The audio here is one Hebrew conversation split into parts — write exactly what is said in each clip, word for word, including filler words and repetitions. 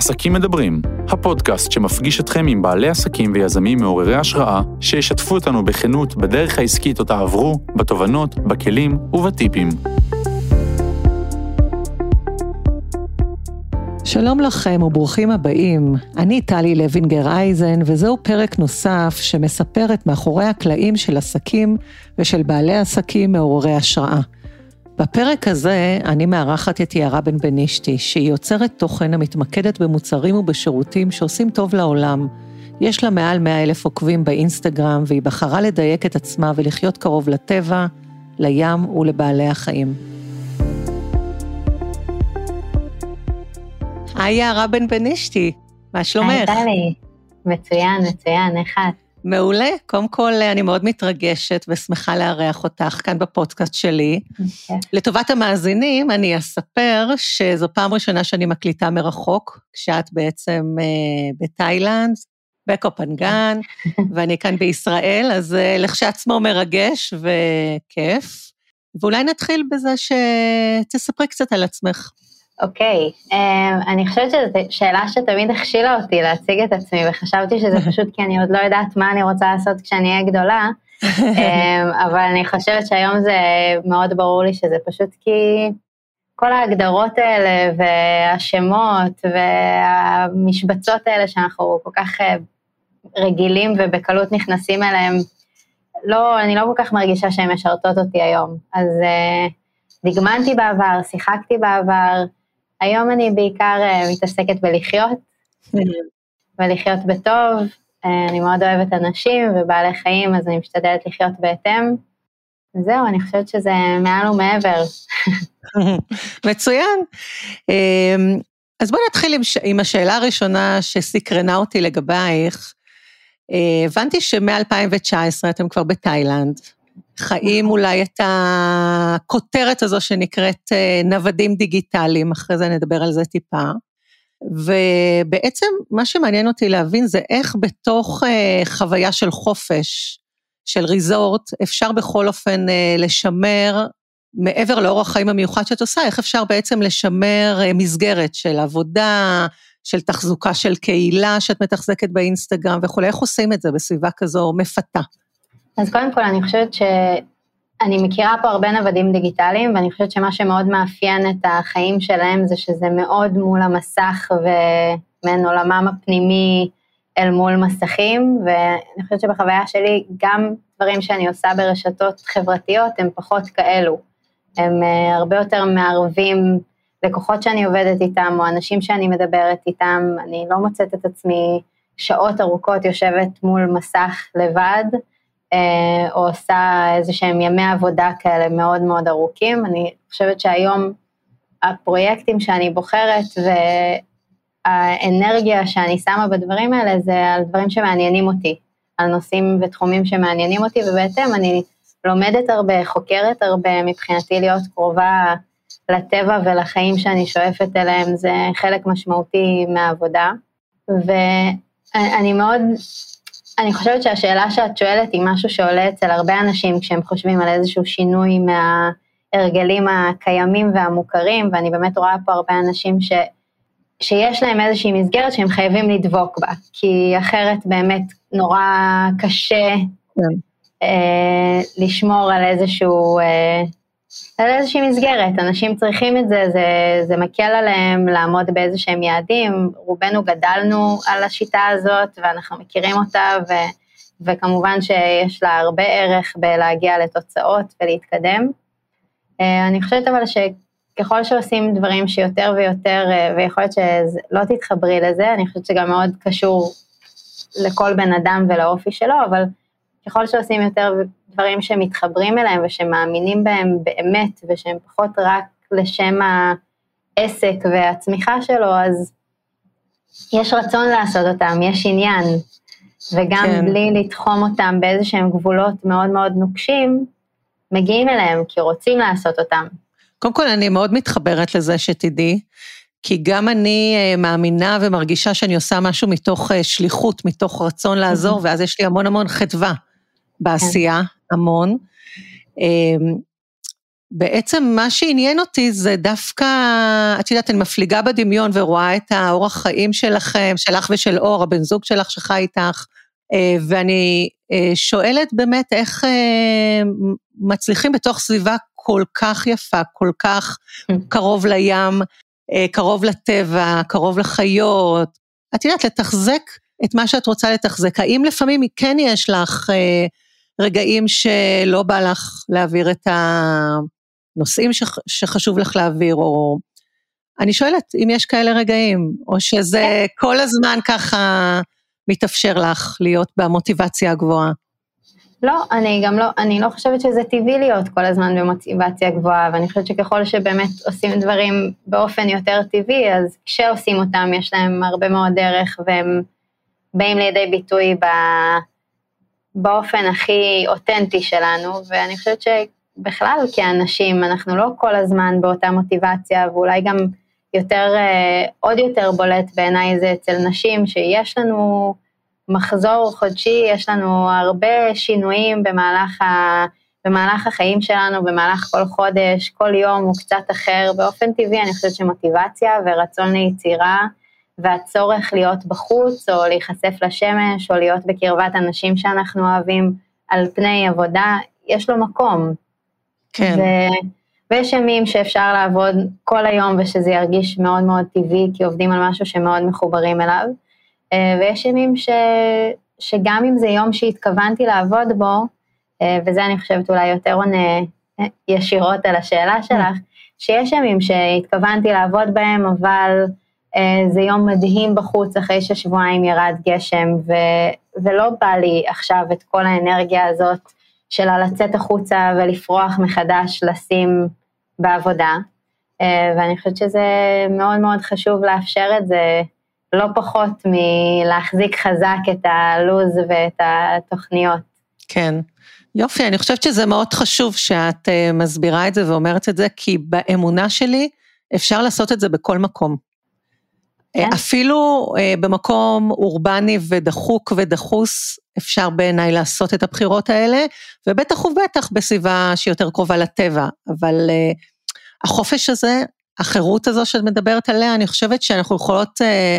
עסקים מדברים, הפודקאסט שמפגיש אתכם עם בעלי עסקים ויזמים מעוררי השראה, שישתפו אותנו בכנות בדרך העסקית אותה עברו, בתובנות, בכלים ובטיפים. שלום לכם וברוכים הבאים, אני טלי לוינגר אייזן, וזהו פרק נוסף שמספר את מאחורי הקלעים של עסקים ושל בעלי עסקים מעוררי השראה. בפרק הזה אני מארחת את יערה בן בנישתי, שהיא יוצרת תוכן המתמקדת במוצרים ובשירותים שעושים טוב לעולם. יש לה מעל מאה אלף עוקבים באינסטגרם, והיא בחרה לדייק את עצמה ולחיות קרוב לטבע, לים ולבעלי החיים. היי יערה בן בנישתי, מה שלומך? היי טלי, מצוין, מצוין, איך את? מעולה, קודם כל אני מאוד מתרגשת ושמחה לארח אותך כאן בפודקאסט שלי. Okay. לטובת המאזינים אני אספר שזו פעם ראשונה שאני מקליטה מרחוק, כשאת בעצם אה, בתאילנד, בקופנגן, ואני כאן בישראל, אז אה, לכשעצמו מרגש וכיף. ואולי נתחיל בזה שתספרי קצת על עצמך. אוקיי, okay, um, אני חושבת שזו שאלה שתמיד הכשילה אותי להציג את עצמי, וחשבתי שזה פשוט כי אני עוד לא יודעת מה אני רוצה לעשות כשאני אהיה גדולה, um, אבל אני חושבת שהיום זה מאוד ברור לי שזה פשוט כי כל ההגדרות האלה והשמות והמשבצות האלה שאנחנו כל כך רגילים ובקלות נכנסים אליהם, לא, אני לא כל כך מרגישה שהן משרתות אותי היום. אז uh, דגמנתי בעבר, שיחקתי בעבר, היום אני בעיקר uh, מתעסקת בלחיות, ולחיות בטוב, uh, אני מאוד אוהבת אנשים ובעלי חיים, אז אני משתדלת לחיות בהתאם, וזהו, אני חושבת שזה מעל ומעבר. מצוין. אז בואו נתחיל עם, עם השאלה הראשונה שסקרנה אותי לגבייך. הבנתי שמ-אלפיים תשע עשרה אתם כבר בתאילנד, חיים אולי את הכותרת הזו שנקראת נוודים דיגיטליים, אחרי זה נדבר על זה טיפה, ובעצם מה שמעניין אותי להבין זה איך בתוך חוויה של חופש, של ריזורט, אפשר בכל אופן לשמר, מעבר לאורח החיים המיוחד שאת עושה, איך אפשר בעצם לשמר מסגרת של עבודה, של תחזוקה של קהילה שאת מתחזקת באינסטגרם וכו', איך עושים את זה בסביבה כזו מפתה? אז קודם כל אני חושבת שאני מכירה פה הרבה נוודים דיגיטליים, ואני חושבת שמה שמאוד מאפיין את החיים שלהם, זה שזה מאוד מול המסך ומן עולמם הפנימי אל מול מסכים, ואני חושבת שבחוויה שלי גם דברים שאני עושה ברשתות חברתיות הם פחות כאלו, הם הרבה יותר מערבים לקוחות שאני עובדת איתם, או אנשים שאני מדברת איתם, אני לא מוצאת את עצמי שעות ארוכות יושבת מול מסך לבד, או עושה איזה שהם ימי עבודה כאלה מאוד מאוד ארוכים. אני חושבת שהיום הפרויקטים שאני בוחרת והאנרגיה שאני שמה בדברים האלה זה על דברים שמעניינים אותי, על נושאים ותחומים שמעניינים אותי, ובהתאם אני לומדת הרבה, חוקרת הרבה, מבחינתי להיות קרובה לטבע ולחיים שאני שואפת אליהם, זה חלק משמעותי מהעבודה, ואני מאוד... אני חושבת שהשאלה שאת שואלת היא משהו שעולה אצל הרבה אנשים כשהם חושבים על איזשהו שינוי מההרגלים הקיימים והמוכרים, ואני באמת רואה פה הרבה אנשים ש, שיש להם איזושהי מסגרת שהם חייבים לדבוק בה, כי אחרת באמת נורא קשה כן. אה, לשמור על איזשהו... אה, על איזושהי מסגרת, אנשים צריכים את זה, זה, זה מקל עליהם לעמוד באיזשהם יעדים, רובנו גדלנו על השיטה הזאת, ואנחנו מכירים אותה, ו, וכמובן שיש לה הרבה ערך בלהגיע לתוצאות ולהתקדם. אני חושבת אבל שככל שעושים דברים שיותר ויותר, ויכול להיות שלא תתחברי לזה, אני חושבת שגם מאוד קשור לכל בן אדם ולאופי שלו, אבל ככל שעושים יותר דברים שמתחברים אליהם ושמאמינים בהם באמת, ושהם פחות רק לשם העסק והצמיחה שלו, אז יש רצון לעשות אותם, יש עניין, וגם כן. בלי לתחום אותם באיזה שהם גבולות מאוד מאוד נוקשים, מגיעים אליהם כי רוצים לעשות אותם. קודם כל אני מאוד מתחברת לזה שתדעי, כי גם אני מאמינה ומרגישה שאני עושה משהו מתוך שליחות, מתוך רצון לעזור, ואז יש לי המון המון חדווה בעשייה, המון. בעצם מה שעניין אותי זה דווקא, את יודעת, אני מפליגה בדמיון ורואה את האורח חיים שלכם, שלך ושל אור, הבן זוג שלך שחי איתך, ואני שואלת באמת איך מצליחים בתוך סביבה כל כך יפה, כל כך קרוב לים, קרוב לטבע, קרוב לחיות, את יודעת, לתחזק את מה שאת רוצה לתחזק, האם לפעמים כן יש לך רגעים שלא בא לך להעביר את הנושאים שחשוב לך להעביר, או אני שואלת אם יש כאלה רגעים, או שזה כל הזמן ככה מתאפשר לך להיות במוטיבציה הגבוהה? לא, אני גם לא, אני לא חושבת שזה טבעי להיות כל הזמן במוטיבציה גבוהה, ואני חושבת שככל שבאמת עושים דברים באופן יותר טבעי, אז כשעושים אותם יש להם הרבה מאוד דרך, והם באים לידי ביטוי ב, באופן הכי אותנטי שלנו, ואני חושבת שבכלל כאנשים אנחנו לא כל הזמן באותה מוטיבציה, ואולי גם יותר, עוד יותר בולט בעיניי זה אצל נשים, שיש לנו מחזור חודשי, יש לנו הרבה שינויים במהלך, ה, במהלך החיים שלנו, במהלך כל חודש, כל יום הוא קצת אחר, באופן טבעי אני חושבת שמוטיבציה ורצון ליצירה, והצורך להיות בחוץ, או להיחשף לשמש, או להיות בקרבת אנשים שאנחנו אוהבים, על פני עבודה, יש לו מקום. כן. ו... ויש ימים שאפשר לעבוד כל היום, ושזה ירגיש מאוד מאוד טבעי, כי עובדים על משהו שמאוד מחוברים אליו, ויש ימים ש... שגם אם זה יום שהתכוונתי לעבוד בו, וזה אני חושבת אולי יותר עונה ישירות על השאלה שלך, שיש ימים שהתכוונתי לעבוד בהם, אבל זה יום מדהים בחוץ, אחרי ששבועיים ירד גשם, ו... ולא בא לי עכשיו את כל האנרגיה הזאת, של לצאת החוצה ולפרוח מחדש, לשים בעבודה, ואני חושבת שזה מאוד מאוד חשוב לאפשר את זה, לא פחות מלהחזיק חזק את הלוז ואת התוכניות. כן, יופי, אני חושבת שזה מאוד חשוב שאת מסבירה את זה ואומרת את זה, כי באמונה שלי אפשר לעשות את זה בכל מקום. כן? אפילו במקום אורבני ודחוק ודחוס, אפשר בעיניי לעשות את הבחירות האלה, ובטח ובטח בסביבה שיותר קרובה לטבע, אבל החופש הזה, החירות הזו שאת מדברת עליה, אני חושבת שאנחנו יכולות,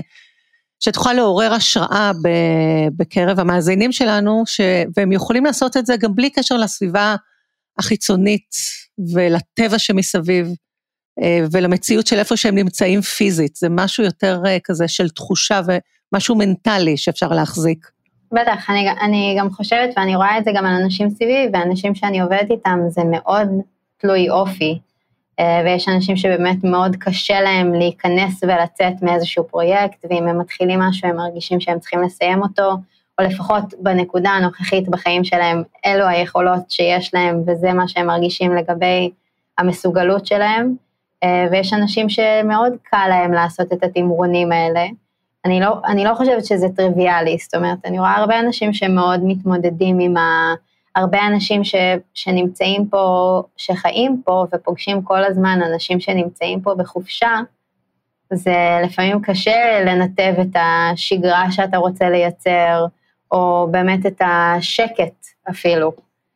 שתוכל לעורר השראה בקרב המאזינים שלנו, והם יכולים לעשות את זה גם בלי קשר לסביבה החיצונית, ולטבע שמסביב, ולמציאות של איפה שהם נמצאים פיזית, זה משהו יותר כזה של תחושה, ומשהו מנטלי שאפשר להחזיק. בטח, אני, אני גם חושבת, ואני רואה את זה גם על אנשים סביבי, ואנשים שאני עובדת איתם, זה מאוד תלוי אופי, ויש אנשים שבאמת מאוד קשה להם להיכנס ולצאת מאיזשהו פרויקט, ואם הם מתחילים משהו, הם מרגישים שהם צריכים לסיים אותו, או לפחות בנקודה הנוכחית בחיים שלהם, אלו היכולות שיש להם, וזה מה שהם מרגישים לגבי המסוגלות שלהם, ויש אנשים שמאוד קל להם לעשות את התמרונים האלה, אני לא, אני לא חושבת שזה טריוויאלי, זאת אומרת, אני רואה הרבה אנשים שמאוד מתמודדים עם ה... הרבה אנשים ש, שנמצאים פה, שחיים פה, ופוגשים כל הזמן אנשים שנמצאים פה בחופשה, זה לפעמים קשה לנתב את השגרה שאתה רוצה לייצר, או באמת את השקט אפילו,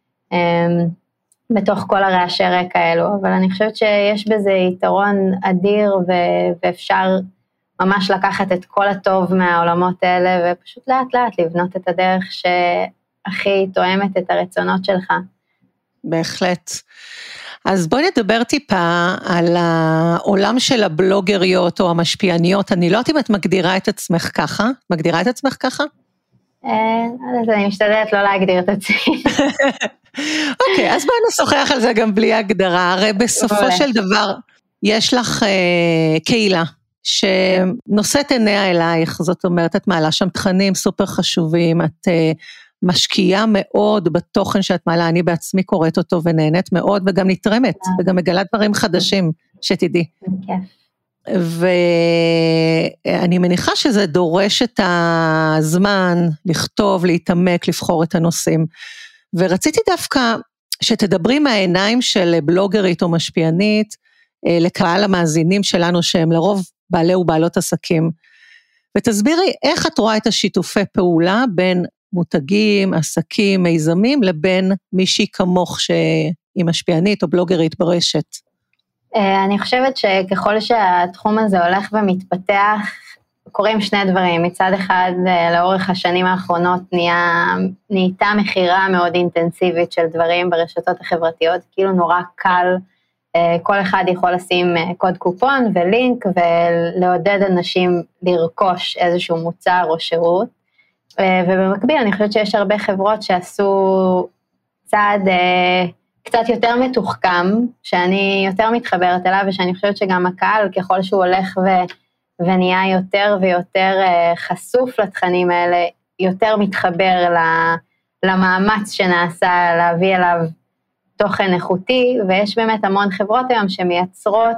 בתוך כל הרעשי רקע האלו, אבל אני חושבת שיש בזה יתרון אדיר, ו- ואפשר ממש לקחת את כל הטוב מהעולמות האלה, ופשוט לאט לאט לבנות את הדרך שהכי תואמת את הרצונות שלך. בהחלט. אז בואי נדבר טיפה על העולם של הבלוגריות או המשפיעניות, אני לא יודעת אם את מגדירה את עצמך ככה, מגדירה את עצמך ככה? אז אני משתדלת לא להגדיר את עצמי. אוקיי, אז בואי נשוחח על זה גם בלי הגדרה, הרי בסופו של דבר יש לך קהילה, שנושאת עיניה אלייך, זאת אומרת, את מעלה שם תכנים סופר חשובים, את משקיעה מאוד בתוכן שאת מעלה, אני בעצמי קוראת אותו ונהנית מאוד, וגם נתרמת, וגם מגלה דברים חדשים, שתדעי. ואני מניחה שזה דורש את הזמן, לכתוב, להתעמק, לבחור את הנושאים, ורציתי דווקא שתדברי מהעיניים של בלוגרית או משפיענית, לקהל המאזינים שלנו, שהם לרוב בעלי ובעלות עסקים, ותסבירי איך את רואה את השיתופי פעולה, בין מותגים, עסקים, מיזמים, לבין מישהי כמוך היא משפיענית או בלוגרית ברשת? אני חושבת שככל שהתחום הזה הולך ומתפתח, קורים שני דברים. מצד אחד, לאורך השנים האחרונות נהיה, נהייתה מחירה מאוד אינטנסיבית של דברים ברשתות החברתיות, כאילו נורא קל, כל אחד יכול לשים קוד קופון ולינק ולעודד אנשים לרכוש איזשהו מוצר או שירות, ובמקביל אני חושבת שיש הרבה חברות שעשו צעד קצת יותר מתוחכם, שאני יותר מתחברת אליו, ושאני חושבת שגם הקהל, ככל שהוא הולך ו, ונהיה יותר ויותר חשוף לתכנים האלה, יותר מתחבר למאמץ שנעשה להביא אליו תוכן איכותי, ויש באמת המון חברות היום שמייצרות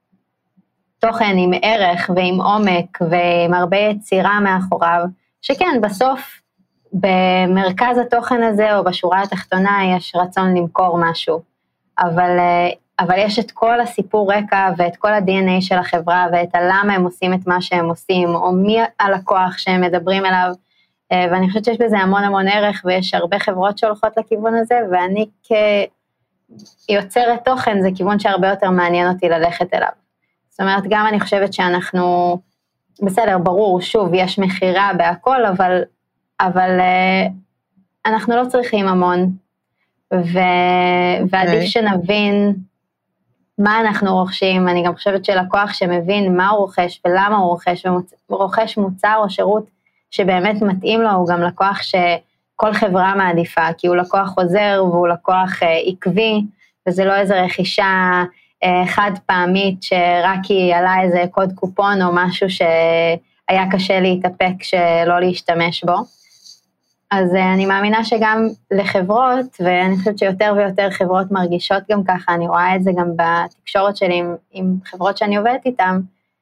תוכן עם ערך ועם עומק ועם הרבה יצירה מאחוריו, שכן, בסוף במרכז התוכן הזה או בשורה התחתונה יש רצון למכור משהו, אבל, אבל יש את כל הסיפור רקע ואת כל ה-די אן איי של החברה ואת הלמה הם עושים את מה שהם עושים, או מי הלקוח שהם מדברים אליו, ואני חושבת שיש בזה המון המון ערך, ויש הרבה חברות שהולכות לכיוון הזה, ואני כיוצרת תוכן זה כיוון שהרבה יותר מעניין אותי ללכת אליו. זאת אומרת, גם אני חושבת שאנחנו, בסדר, ברור, שוב, יש מחירה בהכל, אבל אבל uh, אנחנו לא צריכים המון, ו... ועדיף okay. שנבין מה אנחנו רוכשים. אני גם חושבת שלקוח שמבין מה הוא רוכש ולמה הוא רוכש, הוא רוכש מוצר או שירות שבאמת מתאים לו, הוא גם לקוח שכל חברה מעדיפה, כי הוא לקוח חוזר והוא לקוח uh, עקבי, וזה לא איזו רכישה uh, חד פעמית שרק היא עלה איזה קוד קופון או משהו שהיה קשה להתאפק שלא להשתמש בו. אז אני מאמינה שגם לחברות, ואני חושבת שיותר ויותר חברות מרגישות גם ככה, אני רואה את זה גם בתקשורת שלי עם, עם חברות שאני עובדת איתן,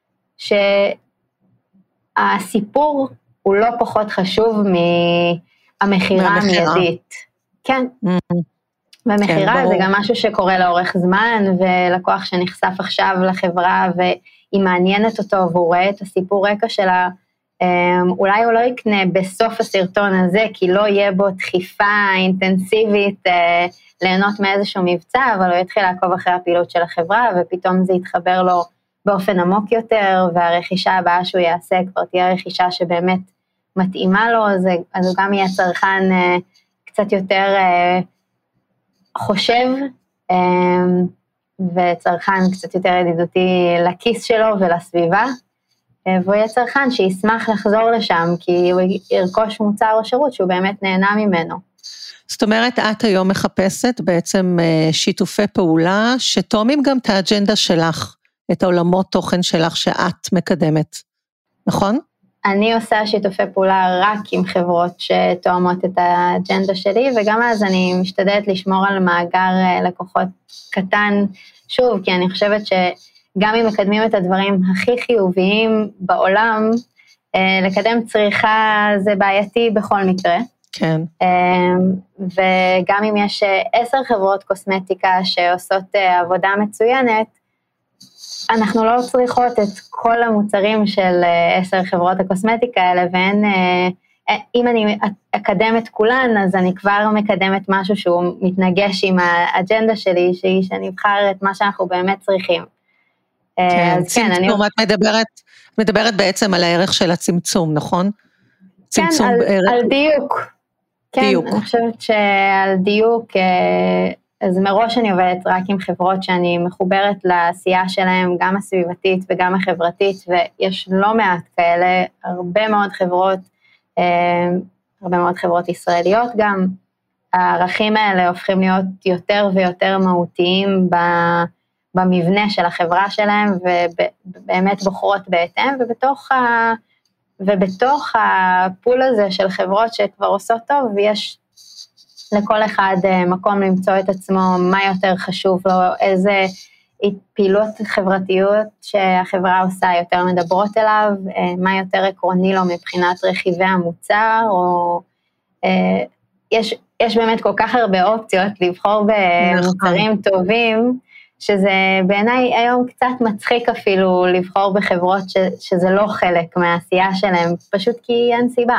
שהסיפור הוא לא פחות חשוב מהמחירה המיידית. כן. והמחירה כן, זה גם משהו שקורה לאורך זמן, ולקוח שנחשף עכשיו לחברה, והיא מעניינת אותו, והוא רואה את הסיפור רקע שלה, אולי הוא לא יקנה בסוף הסרטון הזה, כי לא יהיה בו דחיפה אינטנסיבית ליהנות מאיזשהו מבצע, אבל הוא יתחיל לעקוב אחרי הפעילות של החברה, ופתאום זה יתחבר לו באופן עמוק יותר, והרכישה הבאה שהוא יעשה כבר תהיה רכישה שבאמת מתאימה לו, אז, אז הוא גם יהיה צרכן קצת יותר חושב, וצרכן קצת יותר ידידותי לכיס שלו ולסביבה, והוא יהיה צרכן שישמח לחזור לשם, כי הוא ירכוש מוצר או שירות שהוא באמת נהנה ממנו. זאת אומרת, את היום מחפשת בעצם שיתופי פעולה, שתואמים גם את האג'נדה שלך, את העולמות תוכן שלך שאת מקדמת, נכון? אני עושה שיתופי פעולה רק עם חברות שתואמות את האג'נדה שלי, וגם אז אני משתדלת לשמור על מאגר לקוחות קטן, שוב, כי אני חושבת ש... גם אם מקדמים את הדברים הכי חיוביים בעולם, לקדם צריכה זה בעייתי בכל מקרה. כן. וגם אם יש עשר חברות קוסמטיקה שעושות עבודה מצוינת, אנחנו לא צריכות את כל המוצרים של עשר חברות הקוסמטיקה האלה, ואין, אם אני אקדם את כולן, אז אני כבר מקדמת משהו שהוא מתנגש עם האג'נדה שלי, שהיא שאני אבחר את מה שאנחנו באמת צריכים. כן, צמצום, את מדברת, מדברת בעצם על הערך של הצמצום, נכון? כן, על דיוק. כן, אני חושבת שעל דיוק, אז מראש אני עובדת רק עם חברות שאני מחוברת לעשייה שלהם, גם הסביבתית וגם החברתית, ויש לא מעט כאלה, הרבה מאוד חברות, הרבה מאוד חברות ישראליות גם, הערכים האלה הופכים להיות יותר ויותר מהותיים ב... במבנה של החברה שלהם, ובאמת בוחרות בהתאם, ובתוך, ה... ובתוך הפול הזה של חברות שכבר עושות טוב, ויש לכל אחד מקום למצוא את עצמו, מה יותר חשוב לו, איזה פעילות חברתיות שהחברה עושה יותר מדברות אליו, מה יותר עקרוני לו מבחינת רכיבי המוצר, או יש, יש באמת כל כך הרבה אופציות לבחור במוצרים טובים, שזה בעיניי היום קצת מצחיק אפילו לבחור בחברות ש, שזה לא חלק מהעשייה שלהם, פשוט כי אין סיבה.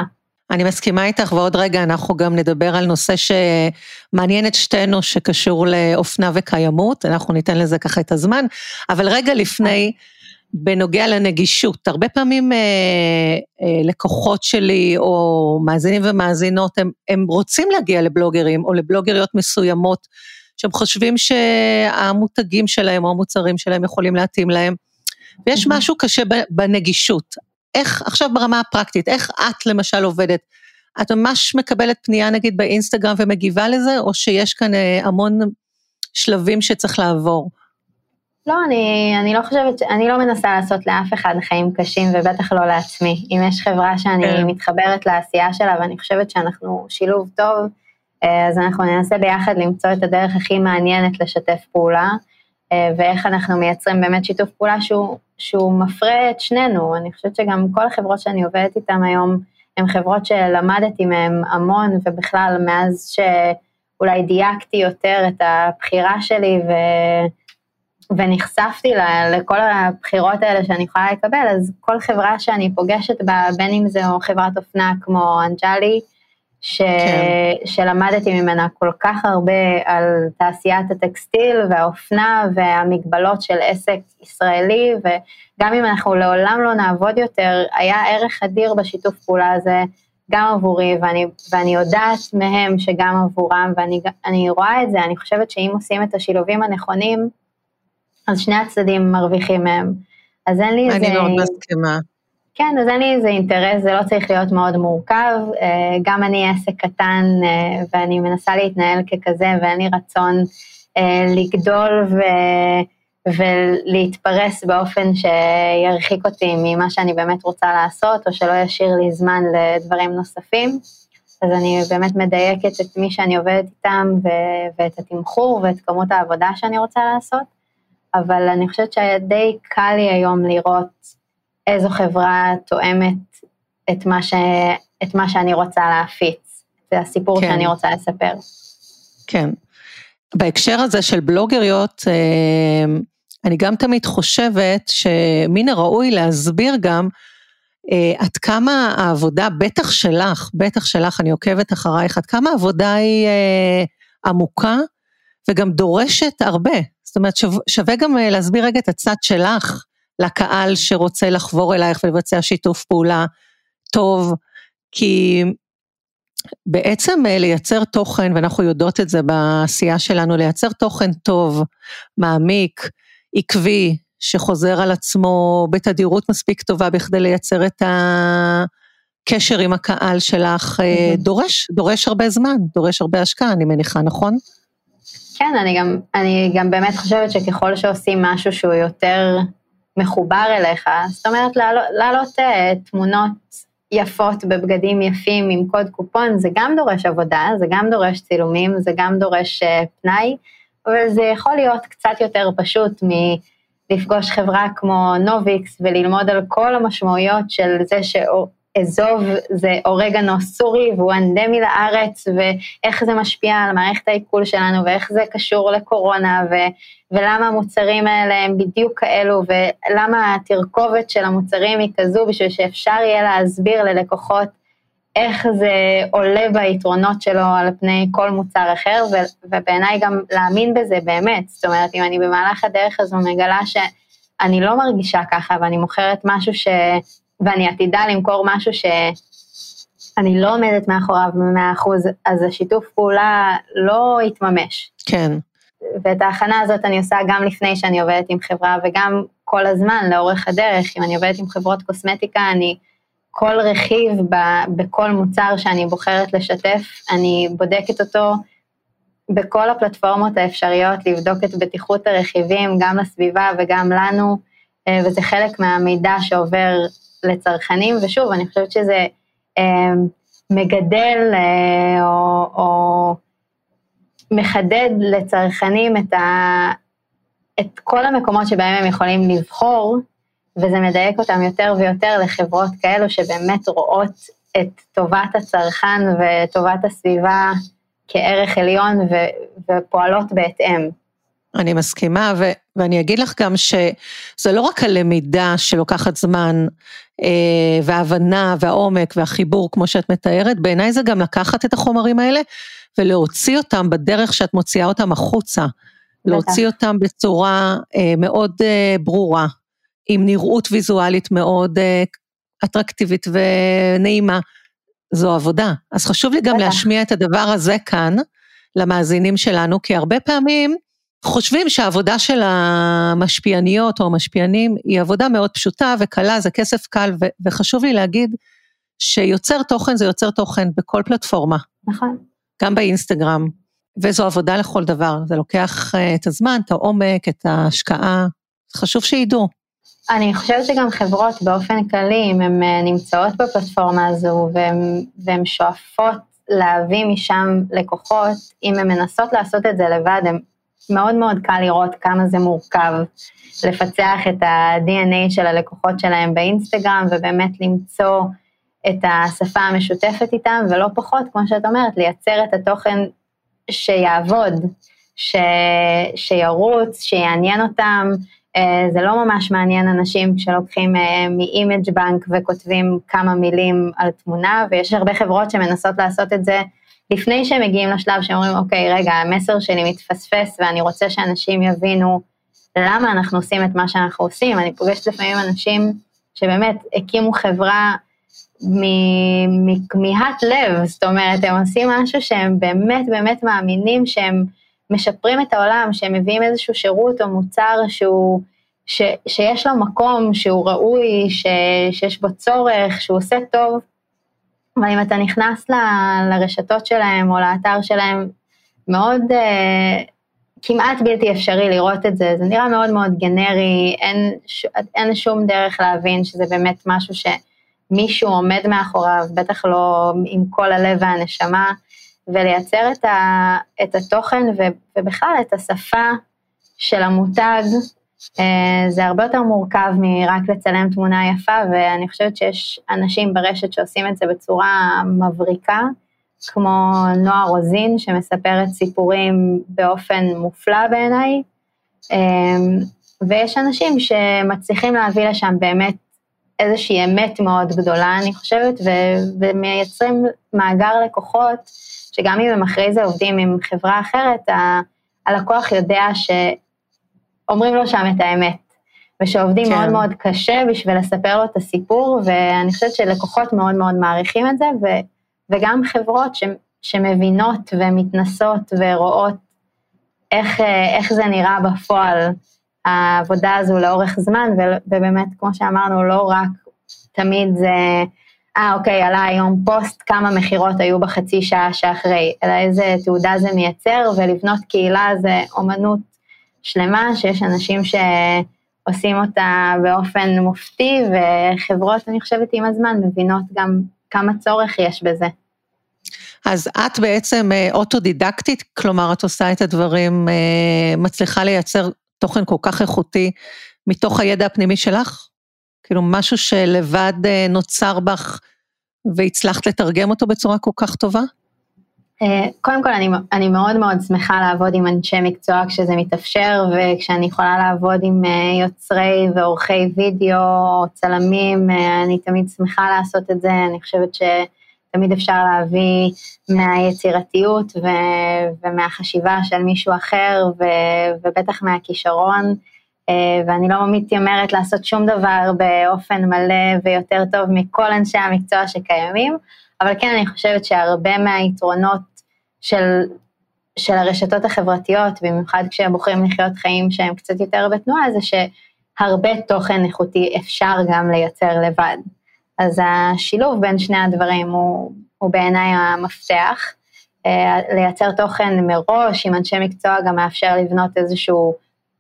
אני מסכימה איתך, ועוד רגע אנחנו גם נדבר על נושא שמעניין את שתינו, שקשור לאופנה וקיימות, אנחנו ניתן לזה ככה את הזמן, אבל רגע לפני, בנוגע לנגישות, הרבה פעמים אה, אה, לקוחות שלי, או מאזינים ומאזינות, הם, הם רוצים להגיע לבלוגרים, או לבלוגריות מסוימות, שהם חושבים שהמותגים שלהם, או המוצרים שלהם יכולים להתאים להם, ויש משהו קשה בנגישות, איך, עכשיו ברמה הפרקטית, איך את למשל עובדת, את ממש מקבלת פנייה נגיד באינסטגרם ומגיבה לזה, או שיש כאן המון שלבים שצריך לעבור? לא, אני, אני לא חושבת, אני לא מנסה לעשות לאף אחד חיים קשים, ובטח לא לעצמי. אם יש חברה שאני כן. מתחברת לעשייה שלה, ואני חושבת שאנחנו שילוב טוב, אז אנחנו ננסה ביחד למצוא את הדרך הכי מעניינת לשתף פעולה, ואיך אנחנו מייצרים באמת שיתוף פעולה שהוא, שהוא מפרה את שנינו. אני חושבת שגם כל החברות שאני עובדת איתן היום, הן חברות שלמדתי מהן המון, ובכלל מאז שאולי דייקתי יותר את הבחירה שלי, ו... ונחשפתי לכל הבחירות האלה שאני יכולה לקבל, אז כל חברה שאני פוגשת בה, בין אם זה או חברת אופנה כמו אנג'לי, ש... כן. שלמדתי ממנה כל כך הרבה על תעשיית הטקסטיל והאופנה והמגבלות של עסק ישראלי, וגם אם אנחנו לעולם לא נעבוד יותר, היה ערך אדיר בשיתוף פעולה הזה, גם עבורי, ואני, ואני יודעת מהם שגם עבורם, ואני אני רואה את זה, אני חושבת שאם עושים את השילובים הנכונים, אז שני הצדדים מרוויחים מהם. אז אין לי אני איזה... מאוד מסכימה. כן, אז אין לי איזה אינטרס, זה לא צריך להיות מאוד מורכב, גם אני עסק קטן, ואני מנסה להתנהל ככזה, ואין לי רצון לגדול ו... ולהתפרס באופן שירחיק אותי ממה שאני באמת רוצה לעשות, או שלא ישאיר לי זמן לדברים נוספים, אז אני באמת מדייקת את מי שאני עובדת איתם, ו... ואת התמחור ואת כמות העבודה שאני רוצה לעשות, אבל אני חושבת שדי קל לי היום לראות איזו חברה תואמת את מה, ש... את מה שאני רוצה להפיץ, זה הסיפור כן. שאני רוצה לספר. כן. בהקשר הזה של בלוגריות, אני גם תמיד חושבת שמן הראוי להסביר גם עד כמה העבודה, בטח שלך, בטח שלך, אני עוקבת אחרייך, עד כמה העבודה היא עמוקה וגם דורשת הרבה. זאת אומרת, שווה גם להסביר רגע את הצד שלך, לקהל שרוצה לחבור אלייך ולבצע שיתוף פעולה טוב, כי בעצם לייצר תוכן, ואנחנו יודעות את זה בעשייה שלנו, לייצר תוכן טוב, מעמיק, עקבי, שחוזר על עצמו בתדירות מספיק טובה, בכדי לייצר את הקשר עם הקהל שלך, mm-hmm. דורש, דורש הרבה זמן, דורש הרבה השקעה, אני מניחה, נכון? כן, אני גם, אני גם באמת חושבת שככל שעושים משהו שהוא יותר מחובר אליך, זאת אומרת, לעלות, לעלות תמונות יפות בבגדים יפים עם קוד קופון, זה גם דורש עבודה, זה גם דורש צילומים, זה גם דורש פנאי, אבל זה יכול להיות קצת יותר פשוט מלפגוש חברה כמו נוביקס, וללמוד על כל המשמעויות של זה שאזוב זה אורגנו סורי, והוא אנדמי לארץ, ואיך זה משפיע על מערכת העיכול שלנו, ואיך זה קשור לקורונה, ו... ולמה המוצרים האלה הם בדיוק כאלו, ולמה התרכובת של המוצרים היא כזו, בשביל שאפשר יהיה להסביר ללקוחות, איך זה עולה ביתרונות שלו על פני כל מוצר אחר, ובעיניי גם להאמין בזה באמת, זאת אומרת, אם אני במהלך הדרך הזו מגלה שאני לא מרגישה ככה, ואני מוכרת משהו ש... ואני עתידה למכור משהו שאני לא עומדת מאחוריו במאה אחוז, אז השיתוף פעולה לא יתממש. כן. ואת ההכנה הזאת אני עושה גם לפני שאני עובדת עם חברה, וגם כל הזמן לאורך הדרך, אם אני עובדת עם חברות קוסמטיקה, אני כל רכיב ב- בכל מוצר שאני בוחרת לשתף, אני בודקת אותו בכל הפלטפורמות האפשריות, לבדוק את בטיחות הרכיבים, גם לסביבה וגם לנו, וזה חלק מהמידע שעובר לצרכנים, ושוב, אני חושבת שזה אה, מגדל אה, או, או מחדד לצרכנים את, ה, את כל המקומות שבהם הם יכולים לבחור, וזה מדייק אותם יותר ויותר לחברות כאלו שבאמת רואות את טובת הצרכן וטובת הסביבה כערך עליון ו, ופועלות בהתאם. אני מסכימה, ו- ואני אגיד לך גם שזה לא רק הלמידה שלוקחת זמן, אה, וההבנה והעומק והחיבור כמו שאת מתארת, בעיניי זה גם לקחת את החומרים האלה, ולהוציא אותם בדרך שאת מוציאה אותם החוצה, להוציא אותם בצורה אה, מאוד אה, ברורה, עם נראות ויזואלית מאוד אה, אטרקטיבית ונעימה, זו עבודה. אז חשוב לי גם להשמיע את הדבר הזה כאן, למאזינים שלנו, כי הרבה פעמים חושבים שהעבודה של המשפיעניות או המשפיענים, היא עבודה מאוד פשוטה וקלה, זה כסף קל, ו- וחשוב לי להגיד, שיוצר תוכן זה יוצר תוכן בכל פלטפורמה. נכון. גם באינסטגרם, וזו עבודה לכל דבר, זה לוקח את הזמן, את העומק, את ההשקעה, חשוב שידעו. אני חושבת שגם חברות באופן כללי, אם הן נמצאות בפלטפורמה הזו, והן שואפות להביא משם לקוחות, אם הן מנסות לעשות את זה לבד, הן מאוד מאוד קל לראות כמה זה מורכב, לפצח את ה-די אן איי של הלקוחות שלהם באינסטגרם, ובאמת למצוא את השפה המשותפת איתם, ולא פחות, כמו שאת אומרת, לייצר את התוכן שיעבוד, ש... שירוץ, שיעניין אותם, זה לא ממש מעניין אנשים כשלוקחים מ-Image Bank וכותבים כמה מילים על תמונה, ויש הרבה חברות שמנסות לעשות את זה לפני שהם מגיעים לשלב שאומרים, אוקיי, רגע, המסר שלי מתפספס, ואני רוצה שאנשים יבינו למה אנחנו עושים את מה שאנחנו עושים. אני פוגשת לפעמים אנשים שבאמת הקימו חברה מכמיהת לב, זאת אומרת, הם עושים משהו שהם באמת באמת מאמינים שהם משפרים את העולם, שהם מביאים איזשהו שירות או מוצר שהוא, ש, שיש לו מקום, שהוא ראוי, ש, שיש בו צורך, שהוא עושה טוב, אבל אם אתה נכנס ל, לרשתות שלהם או לאתר שלהם, מאוד, אה, כמעט בלתי אפשרי לראות את זה, זה נראה מאוד מאוד גנרי, אין, ש, אין שום דרך להבין שזה באמת משהו שמישהו עומד מאחוריו, בטח לא עם כל הלב והנשמה, ולייצר את, ה, את התוכן ובכלל את השפה של המותג, זה הרבה יותר מורכב מרק לצלם תמונה יפה, ואני חושבת שיש אנשים ברשת שעושים את זה בצורה מבריקה, כמו נועה רוזין שמספרת סיפורים באופן מופלא בעיניי, ויש אנשים שמצליחים להביא לשם באמת איזושהי אמת מאוד גדולה, אני חושבת, ומייצרים מאגר לקוחות, שגם אם הם אחרי זה עובדים עם חברה אחרת, הלקוח יודע שאומרים לו שם את האמת, ושעובדים כן. מאוד מאוד קשה בשביל לספר לו את הסיפור, ואני חושבת שלקוחות מאוד מאוד מעריכים את זה, ו, וגם חברות ש, שמבינות ומתנסות ורואות איך, איך זה נראה בפועל, העבודה הזו לאורך זמן, ובאמת כמו שאמרנו, לא רק תמיד זה, אה אוקיי, עלה היום פוסט, כמה מחירות היו בחצי שעה שאחרי, אלא איזה תעודה זה מייצר, ולבנות קהילה זה אומנות שלמה, שיש אנשים שעושים אותה באופן מופתי, וחברות, אני חושבת עם הזמן, מבינות גם כמה צורך יש בזה. אז את בעצם אוטודידקטית, כלומר את עושה את הדברים, מצליחה לייצר תוכן כל כך איכותי, מתוך הידע הפנימי שלך? כאילו משהו שלבד נוצר בך, והצלחת לתרגם אותו בצורה כל כך טובה? קודם כל, אני, אני מאוד מאוד שמחה לעבוד עם אנשי מקצוע כשזה מתאפשר, וכשאני יכולה לעבוד עם יוצרי ועורכי וידאו, או צלמים, אני תמיד שמחה לעשות את זה, אני חושבת שתמיד אפשר להביא מהיצירתיות, ו, ומהחשיבה של מישהו אחר, ו, ובטח מהכישרון, ואני לא מתיימרת לעשות שום דבר באופן מלא ויותר טוב מכל אנשי המקצוע שקיימים, אבל כן אני חושבת שהרבה מהיתרונות של, של הרשתות החברתיות, במיוחד כשהם בוחרים לחיות חיים שהם קצת יותר בתנועה, זה שהרבה תוכן איכותי אפשר גם לייצר לבד. אז השילוב בין שני הדברים הוא, הוא בעיניי המפתח, לייצר תוכן מראש, עם אנשי מקצוע גם מאפשר לבנות איזשהו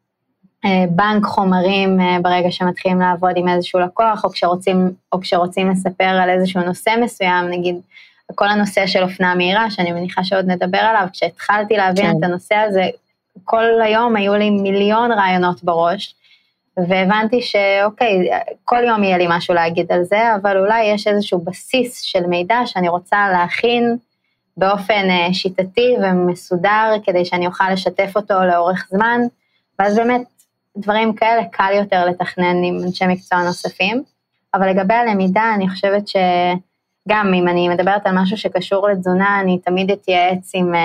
בנק חומרים ברגע שמתחילים לעבוד עם איזשהו לקוח, או כשרוצים, או כשרוצים לספר על איזשהו נושא מסוים, נגיד, כל הנושא של אופנה מהירה, שאני מניחה שעוד נדבר עליו, כשהתחלתי להבין כן. את הנושא הזה, כל היום היו לי מיליון רעיונות בראש, והבנתי שאוקיי, כל יום יהיה לי משהו להגיד על זה, אבל אולי יש איזשהו בסיס של מידע שאני רוצה להכין באופן שיטתי ומסודר, כדי שאני אוכל לשתף אותו לאורך זמן, ואז באמת דברים כאלה קל יותר לתכנן עם אנשי מקצוע נוספים, אבל לגבי הלמידה אני חושבת שגם אם אני מדברת על משהו שקשור לתזונה, אני תמיד אתייעץ עם,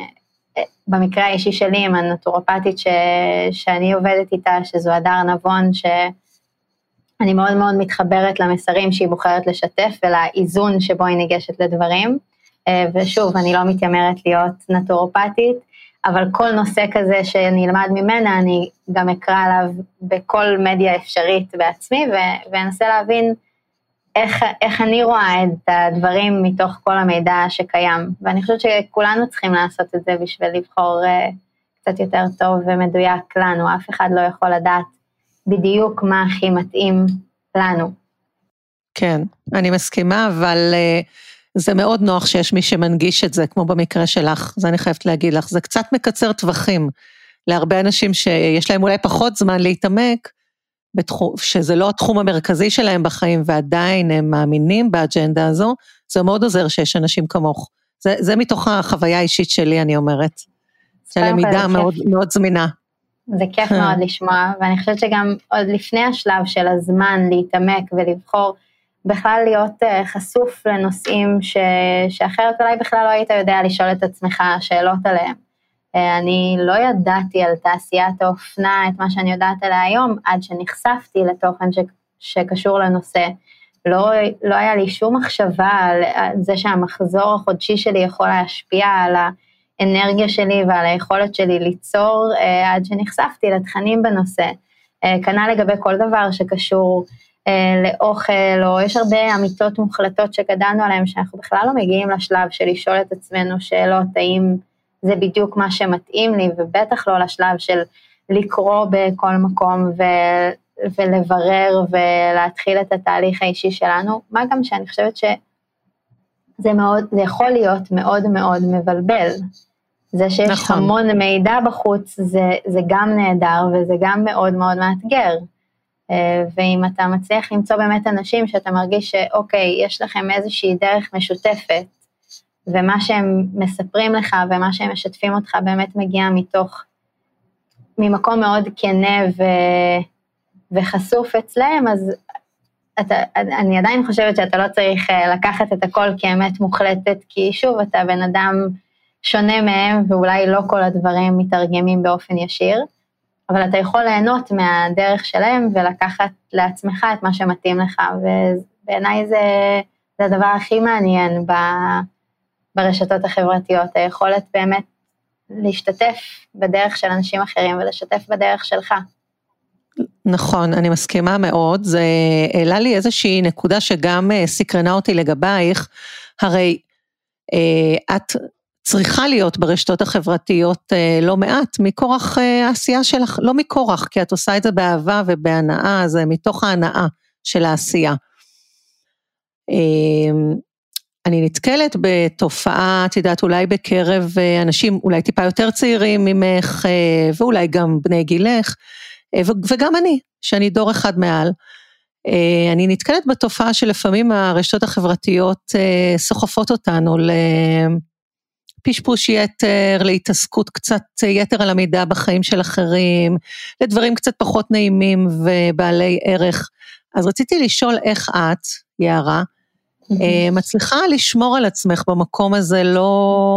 במקרה האישי שלי, עם הנטורופטית ש, שאני עובדת איתה, שזו הדר נבון, שאני מאוד מאוד מתחברת למסרים שהיא בוחרת לשתף, ולאיזון שבו היא ניגשת לדברים, ושוב, אני לא מתיימרת להיות נטורופטית, אבל כל נושא כזה שאני אלמד ממנה, אני גם אקרא עליו בכל מדיה אפשרית בעצמי, ואנסה להבין איך, איך אני רואה את הדברים מתוך כל המידע שקיים, ואני חושבת שכולנו צריכים לעשות את זה בשביל לבחור uh, קצת יותר טוב ומדויק לנו, אף אחד לא יכול לדעת בדיוק מה הכי מתאים לנו. כן, אני מסכימה, אבל uh, זה מאוד נוח שיש מי שמנגיש את זה, כמו במקרה שלך, זה אני חייבת להגיד לך, זה קצת מקצר טווחים, להרבה אנשים שיש להם אולי פחות זמן להתעמק, בתחום, שזה לא התחום המרכזי שלהם בחיים, ועדיין הם מאמינים באג'נדה הזו, זה מאוד עוזר שיש אנשים כמוך, זה, זה מתוך החוויה האישית שלי, אני אומרת, שהלמידה מאוד, מאוד זמינה. זה כיף מאוד לשמוע, ואני חושבת שגם עוד לפני השלב של הזמן להתעמק ולבחור, בכלל להיות חשוף לנושאים ש... שאחרת אולי בכלל לא היית יודע לשאול את עצמך שאלות עליהם. אני לא ידעתי על תעשיית האופנה את מה שאני יודעת עליה היום, עד שנחשפתי לתוכן ש... שקשור לנושא. לא, לא היה לי שום מחשבה על זה שהמחזור החודשי שלי יכול להשפיע על האנרגיה שלי ועל היכולת שלי ליצור, עד שנחשפתי לתכנים בנושא. כנ"ל לגבי כל דבר שקשור לאוכל, או יש הרבה אמיתות מוחלטות שגדלנו עליהן, שאנחנו בכלל לא מגיעים לשלב של לשאול את עצמנו שאלות, האם זה בדיוק מה שמתאים לי, ובטח לא לשלב של לקרוא בכל מקום, ו, ולברר, ולהתחיל את התהליך האישי שלנו, מה גם שאני חושבת שזה מאוד, זה יכול להיות מאוד מאוד מבלבל, זה שיש נכון. המון מידע בחוץ, זה, זה גם נהדר, וזה גם מאוד מאוד מאתגר, ואם אתה מצליח למצוא באמת אנשים שאתה מרגיש שאוקיי, יש לכם איזושהי דרך משותפת, ומה שהם מספרים לך ומה שהם משתפים אותך באמת מגיע מתוך, ממקום מאוד כנה ו, וחשוף אצלהם, אז אתה, אני עדיין חושבת שאתה לא צריך לקחת את הכל כאמת מוחלטת, כי שוב אתה בן אדם שונה מהם, ואולי לא כל הדברים מתרגמים באופן ישיר, אבל אתה יכול ליהנות מהדרך שלהם, ולקחת לעצמך את מה שמתאים לך, ובעיניי זה, זה הדבר הכי מעניין ב, ברשתות החברתיות, היכולת באמת להשתתף בדרך של אנשים אחרים, ולשתף בדרך שלך. נכון, אני מסכימה מאוד, זה העלה לי איזושהי נקודה שגם סקרנה אותי לגבייך, הרי את צריכה להיות ברשתות החברתיות לא מעט, מכורח העשייה שלך, לא מכורח, כי את עושה את זה באהבה ובהנאה, זה מתוך ההנאה של העשייה. אני נתקלת בתופעה, את יודעת, אולי בקרב אנשים, אולי טיפה יותר צעירים ממך, ואולי גם בני גילך, וגם אני, שאני דור אחד מעל, אני נתקלת בתופעה שלפעמים הרשתות החברתיות סוחפות אותנו לפשפוש יתר, להתעסקות קצת יתר על המידה בחיים של אחרים, לדברים קצת פחות נעימים ובעלי ערך. אז רציתי לשאול איך את, יערה, מצליחה לשמור על עצמך במקום הזה, לא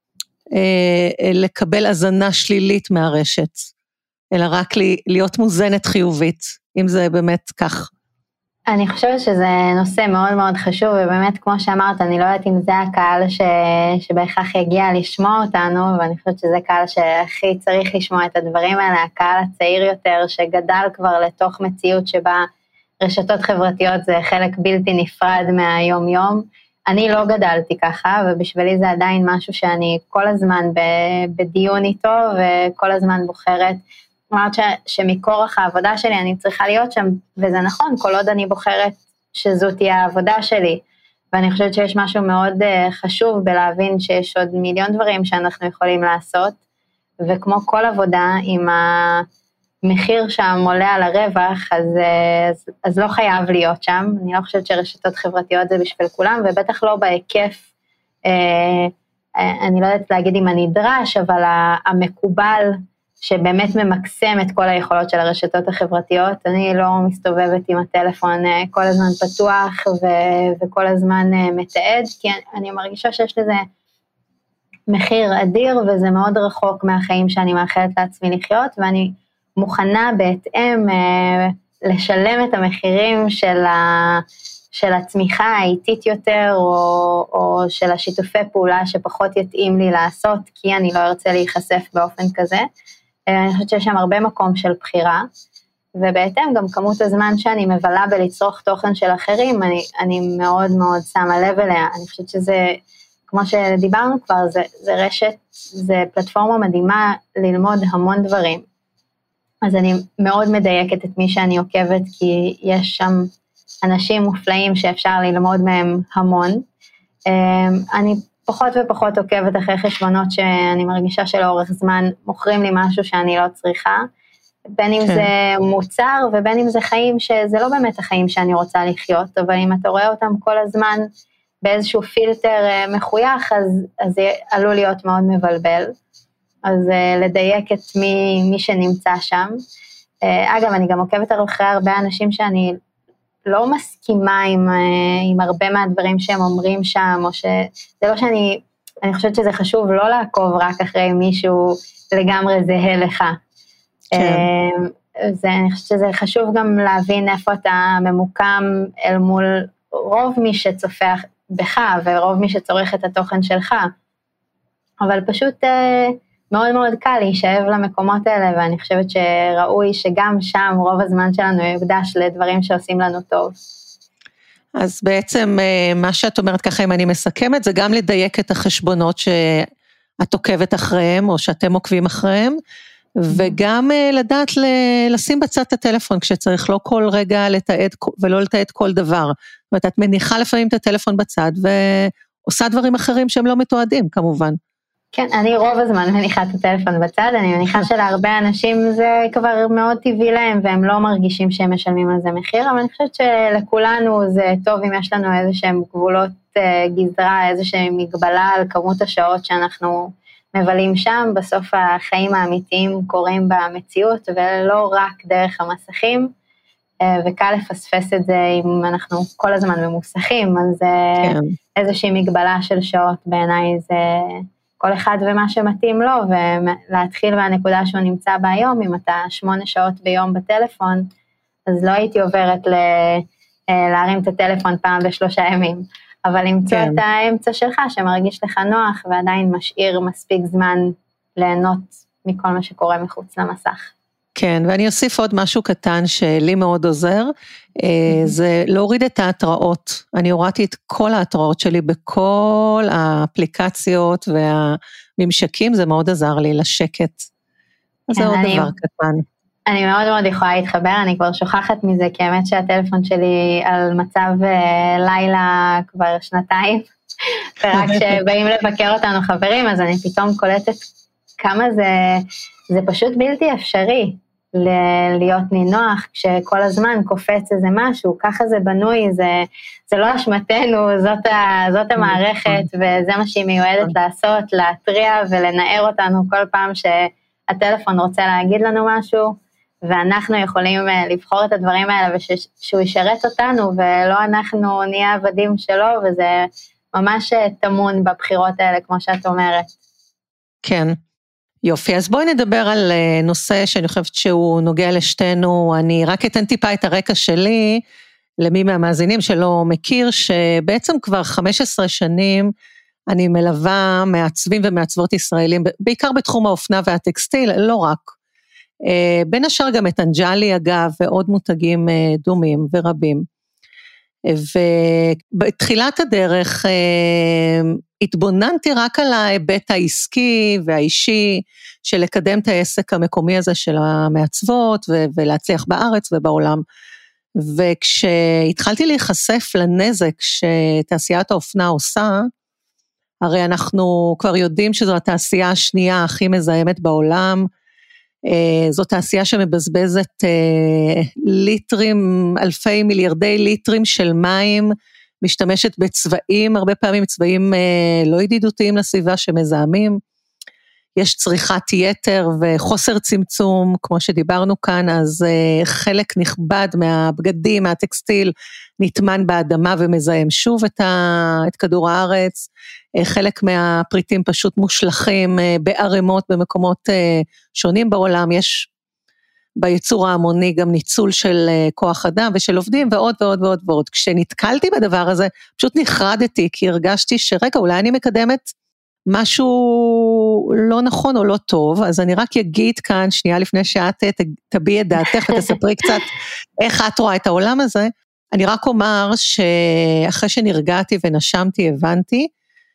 לקבל הזנה שלילית מהרשת, אלא רק להיות מוזנת חיובית, אם זה באמת כך. אני חושבת שזה נושא מאוד מאוד חשוב, ובאמת כמו שאמרת, אני לא יודעת אם זה הקהל ש... שבהכרח יגיע לשמוע אותנו, ואני חושבת שזה קהל שהכי צריך לשמוע את הדברים האלה, הקהל הצעיר יותר, שגדל כבר לתוך מציאות שבה רשתות חברתיות זה חלק בלתי נפרד מהיום יום. אני לא גדלתי ככה, ובשבילי זה עדיין משהו שאני כל הזמן בדיון איתו, וכל הזמן בוחרת, אומרת ש, שמכורח העבודה שלי אני צריכה להיות שם, וזה נכון, כל עוד אני בוחרת שזו תהיה העבודה שלי, ואני חושבת שיש משהו מאוד חשוב בלהבין שיש עוד מיליון דברים שאנחנו יכולים לעשות, וכמו כל עבודה, אם המחיר שם עולה על הרווח, אז, אז, אז לא חייב להיות שם, אני לא חושבת שרשתות חברתיות זה בשביל כולם, ובטח לא בהיקף, אה, אני לא יודעת להגיד אם הנדרש, אבל המקובל, שבאמת ממקסם את כל היכולות של הרשתות החברתיות. אני לא מסתובבת עם הטלפון כל הזמן פתוח ו- וכל הזמן מתעד, כי אני מרגישה שיש לזה מחיר אדיר, וזה מאוד רחוק מהחיים שאני מאחלת לעצמי לחיות, ואני מוכנה בהתאם לשלם את המחירים של, ה- של הצמיחה האיטית יותר, או, או של השיתופי פעולה שפחות יתאים לי לעשות, כי אני לא ארצה להיחשף באופן כזה. אני חושבת שיש שם הרבה מקום של בחירה, ובהתאם גם כמות הזמן שאני מבלה בלצרוך תוכן של אחרים, אני, אני מאוד מאוד שמה לב אליה. אני חושבת שזה, כמו שדיברנו כבר, זה, זה רשת, זה פלטפורמה מדהימה ללמוד המון דברים. אז אני מאוד מדייקת את מי שאני עוקבת, כי יש שם אנשים מופלאים שאפשר ללמוד מהם המון. אני פחות ופחות עוקבת אחרי חשבונות שאני מרגישה שלאורך זמן מוכרים לי משהו שאני לא צריכה, בין אם זה מוצר ובין אם זה חיים שזה לא באמת החיים שאני רוצה לחיות, אבל אם אתה רואה אותם כל הזמן באיזשהו פילטר מחוייך, אז, אז זה עלול להיות מאוד מבלבל. אז לדייק את מי, מי שנמצא שם. אגב, אני גם עוקבת אחרי הרבה אנשים שאני לא מסכימה עם, עם הרבה מהדברים שהם אומרים שם, או שזה לא שאני, אני חושבת שזה חשוב לא לעקוב רק אחרי מישהו לגמרי זהה לך. כן. זה, אני חושבת שזה חשוב גם להבין איפה אתה ממוקם אל מול רוב מי שצופה בך, ורוב מי שצורך את התוכן שלך. אבל פשוט מאוד מאוד קל להישאב למקומות האלה, ואני חושבת שראוי שגם שם רוב הזמן שלנו יוקדש לדברים שעושים לנו טוב. אז בעצם מה שאת אומרת ככה, אם אני מסכמת, זה גם לדייק את החשבונות שאת עוקבת אחריהם, או שאתם עוקבים אחריהם, וגם לדעת לשים בצד את הטלפון, כשצריך לא כל רגע לתעד, ולא לתעד כל דבר. זאת אומרת, את מניחה לפעמים את הטלפון בצד, ועושה דברים אחרים שהם לא מתועדים, כמובן. כן, אני רוב הזמן מניחה את הטלפון בצד, אני מניחה שלהרבה אנשים זה כבר מאוד טבעי להם, והם לא מרגישים שהם משלמים על זה מחיר, אבל אני חושבת שלכולנו זה טוב אם יש לנו איזה שהם גבולות גזרה, איזה שהם מגבלה על כמות השעות שאנחנו מבלים שם, בסוף החיים האמיתיים קורים במציאות, ולא רק דרך המסכים, וקל לפספס את זה אם אנחנו כל הזמן ממוסכים, אז כן. איזושהי מגבלה של שעות בעיניי זה כל אחד ומה שמתאים לו, ולהתחיל מהנקודה שהוא נמצא בה היום, אם אתה שמונה שעות ביום בטלפון, אז לא הייתי עוברת ל, להרים את הטלפון פעם בשלושה ימים, אבל למצוא כן. את האמצע שלך שמרגיש לך נוח, ועדיין משאיר מספיק זמן ליהנות מכל מה שקורה מחוץ למסך. כן, ואני אוסיף עוד משהו קטן שלי מאוד עוזר, זה להוריד את ההתראות. אני הורדתי את כל ההתראות שלי בכל האפליקציות והממשקים, זה מאוד עזר לי לשקט. אז זה עוד דבר קטן. אני מאוד מאוד יכולה להתחבר, אני כבר שוכחת מזה, כי האמת שהטלפון שלי על מצב לילה כבר שנתיים, ורק שבאים לבקר אותנו חברים, אז אני פתאום קולטת כמה זה, זה פשוט בלתי אפשרי להיות נינוח, כשכל הזמן קופץ איזה משהו, ככה זה בנוי, זה, זה לא אשמתנו, זאת, ה, זאת המערכת, וזה מה שהיא מיועדת לעשות, להטריע ולנער אותנו כל פעם שהטלפון רוצה להגיד לנו משהו, ואנחנו יכולים לבחור את הדברים האלה, ושהוא ישרת אותנו, ולא אנחנו נהיה עבדים שלו, וזה ממש תמון בבחירות האלה, כמו שאת אומרת. כן. יופי, אז בואי נדבר על נושא שאני חושבת שהוא נוגע לשתינו, אני רק אתן טיפה את הרקע שלי, למי מהמאזינים שלא מכיר, שבעצם כבר חמש עשרה שנים, אני מלווה מעצבים ומעצבות ישראלים, בעיקר בתחום האופנה והטקסטיל, לא רק, בין השאר גם את אנג'לי אגב, ועוד מותגים דומים ורבים, ובתחילת הדרך, התבוננתי רק על ההיבט העסקי והאישי, של לקדם את העסק המקומי הזה של המעצבות, ולהצליח בארץ ובעולם, וכשהתחלתי להיחשף לנזק שתעשיית האופנה עושה, הרי אנחנו כבר יודעים שזו התעשייה השנייה הכי מזהמת בעולם, זו תעשייה שמבזבזת ליטרים, אלפי מיליארדי ליטרים של מים, משתמשת בצבעים, הרבה פעמים צבעים לא ידידותיים לסביבה שמזהמים, יש צריכת יתר וחוסר צמצום, כמו שדיברנו כאן, אז חלק נכבד מהבגדים, מהטקסטיל, נטמן באדמה ומזהם שוב את, ה, את כדור הארץ, חלק מהפריטים פשוט מושלכים בערימות במקומות שונים בעולם, יש ביצור ההמוני גם ניצול של כוח אדם ושל עובדים ועוד ועוד ועוד ועוד. כשנתקלתי בדבר הזה, פשוט נחרדתי, כי הרגשתי שרגע, אולי אני מקדמת משהו לא נכון או לא טוב, אז אני רק אגיד כאן, שנייה לפני שאת תביעי את דעתך ותספרי קצת איך את רואה את העולם הזה, אני רק אומר שאחרי שנרגעתי ונשמתי, הבנתי,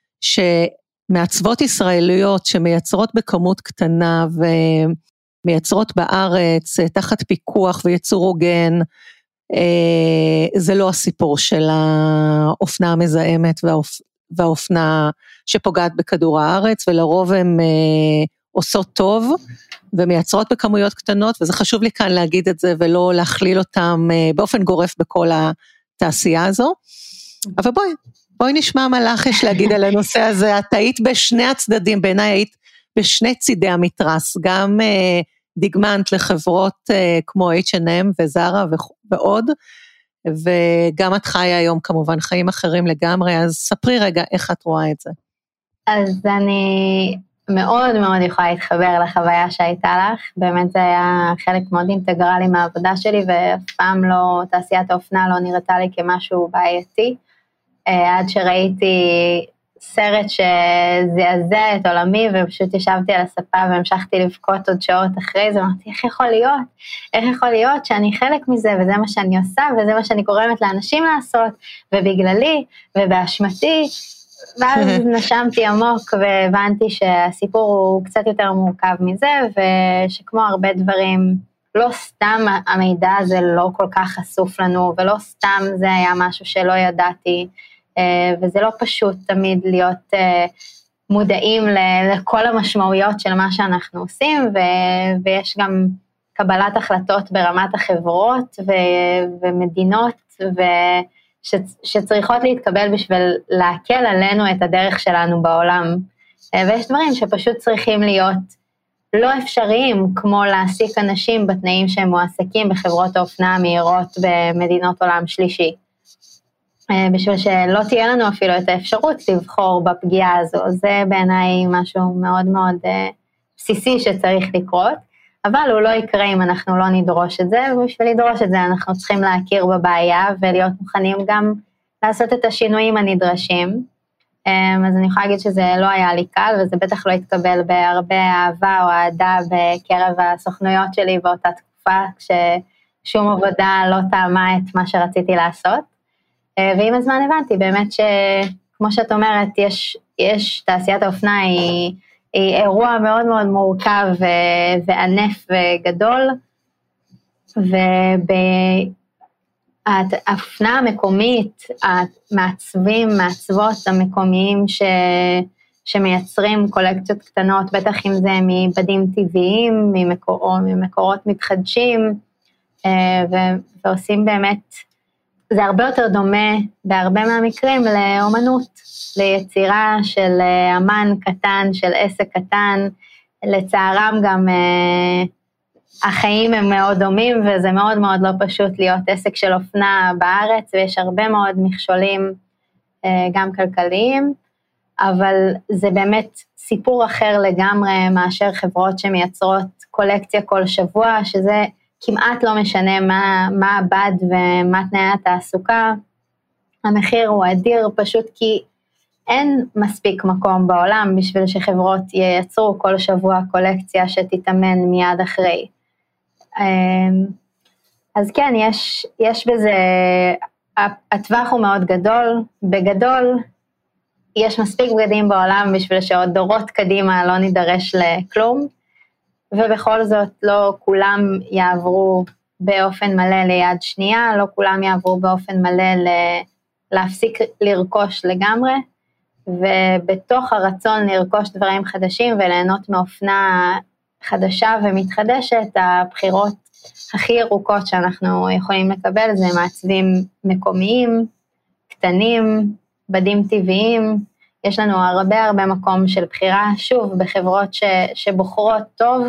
שמעצבות ישראליות שמייצרות בכמות קטנה ומייצרות בארץ תחת פיקוח ויצור הוגן, זה לא הסיפור של האופנה המזהמת והאופ... והאופנה שפוגעת בכדור הארץ, ולרוב הן עושות טוב ומייצרות בכמויות קטנות, וזה חשוב לי כאן להגיד את זה ולא להכליל אותם באופן גורף בכל התעשייה הזו. אבל בואי, בואי נשמע מה לך יש להגיד על הנושא הזה. את היית בשני הצדדים, בעיניי היית בשני צידי המתרס, גם דגמנת לחברות כמו אייץ' אנד אם וזרה ועוד, וגם את חיה היום כמובן חיים אחרים לגמרי, אז ספרי רגע איך את רואה את זה. אז אני מאוד מאוד יכולה להתחבר לחוויה שהייתה לך, באמת זה היה חלק מאוד אינטגרלי מהעבודה שלי, ואף פעם לא, תעשיית האופנה לא נראתה לי כמשהו בעייתי, עד שראיתי סרט שזעזע את עולמי, ופשוט ישבתי על הספה והמשכתי לבכות עוד שעות אחרי זה, אמרתי, איך יכול להיות? איך יכול להיות שאני חלק מזה, וזה מה שאני עושה, וזה מה שאני גורמת לאנשים לעשות, ובגללי, ובאשמתי, ואז נשמתי עמוק, והבנתי שהסיפור הוא קצת יותר מורכב מזה, ושכמו הרבה דברים, לא סתם המידע הזה לא כל כך חשוף לנו, ולא סתם זה היה משהו שלא ידעתי, וזה לא פשוט תמיד להיות מודעים לכל המשמעויות של מה שאנחנו עושים, ויש גם קבלת החלטות ברמת החברות ומדינות, שצריכות להתקבל בשביל להקל עלינו את הדרך שלנו בעולם, ויש דברים שפשוט צריכים להיות לא אפשריים, כמו להעסיק אנשים בתנאים שהם מועסקים בחברות האופנה המהירות במדינות עולם שלישי. בשביל שלא תהיה לנו אפילו את האפשרות לבחור בפגיעה הזו, זה בעיניי משהו מאוד מאוד בסיסי שצריך לקרות, אבל הוא לא יקרה אם אנחנו לא נדרוש את זה, ובשביל לדרוש את זה אנחנו צריכים להכיר בבעיה, ולהיות מוכנים גם לעשות את השינויים הנדרשים, אז אני יכולה להגיד שזה לא היה לי קל, וזה בטח לא התקבל בהרבה אהבה או אהדה בקרב הסוכנויות שלי באותה תקופה, כששום עבודה לא טעמה את מה שרציתי לעשות, ועם הזמן הבנתי באמת שכמו שאת אומרת, יש, יש תעשיית האופנה היא, היא אירוע מאוד מאוד מורכב ו- וענף וגדול, והאופנה המקומית, המעצבים, מעצבות המקומיים ש, שמייצרים קולקציות קטנות, בטח אם זה מבדים טבעיים, ממקור, ממקורות מתחדשים, ו- ועושים באמת, זה הרבה יותר דומה בהרבה מהמקרים לאומנות, ליצירה של אמן קטן, של עסק קטן, לצערם גם החיים הם מאוד דומים, וזה מאוד מאוד לא פשוט להיות עסק של אופנה בארץ, ויש הרבה מאוד מכשולים גם כלכליים, אבל זה באמת סיפור אחר לגמרי מאשר חברות שמייצרות קולקציה כל שבוע, שזה כמעט לא משנה מה, מה הבד ומה תנאי התעסוקה, המחיר הוא אדיר פשוט כי אין מספיק מקום בעולם בשביל שחברות ייצרו כל שבוע קולקציה שתתאמן מיד אחרי. אז כן, יש, יש בזה, הטווח הוא מאוד גדול, בגדול יש מספיק בגדים בעולם בשביל שעוד דורות קדימה לא נידרש לכלום, ובכל זאת לא כולם יעברו באופן מלא ליד שנייה, לא כולם יעברו באופן מלא ל- להפסיק לרכוש לגמרי, ובתוך הרצון לרכוש דברים חדשים וליהנות מאופנה חדשה ומתחדשת, הבחירות הכי ירוקות שאנחנו יכולים לקבל זה מעצבים מקומיים, קטנים, בדים טבעיים, יש לנו הרבה הרבה מקום של בחירה, שוב, בחברות ש, שבוחרות טוב,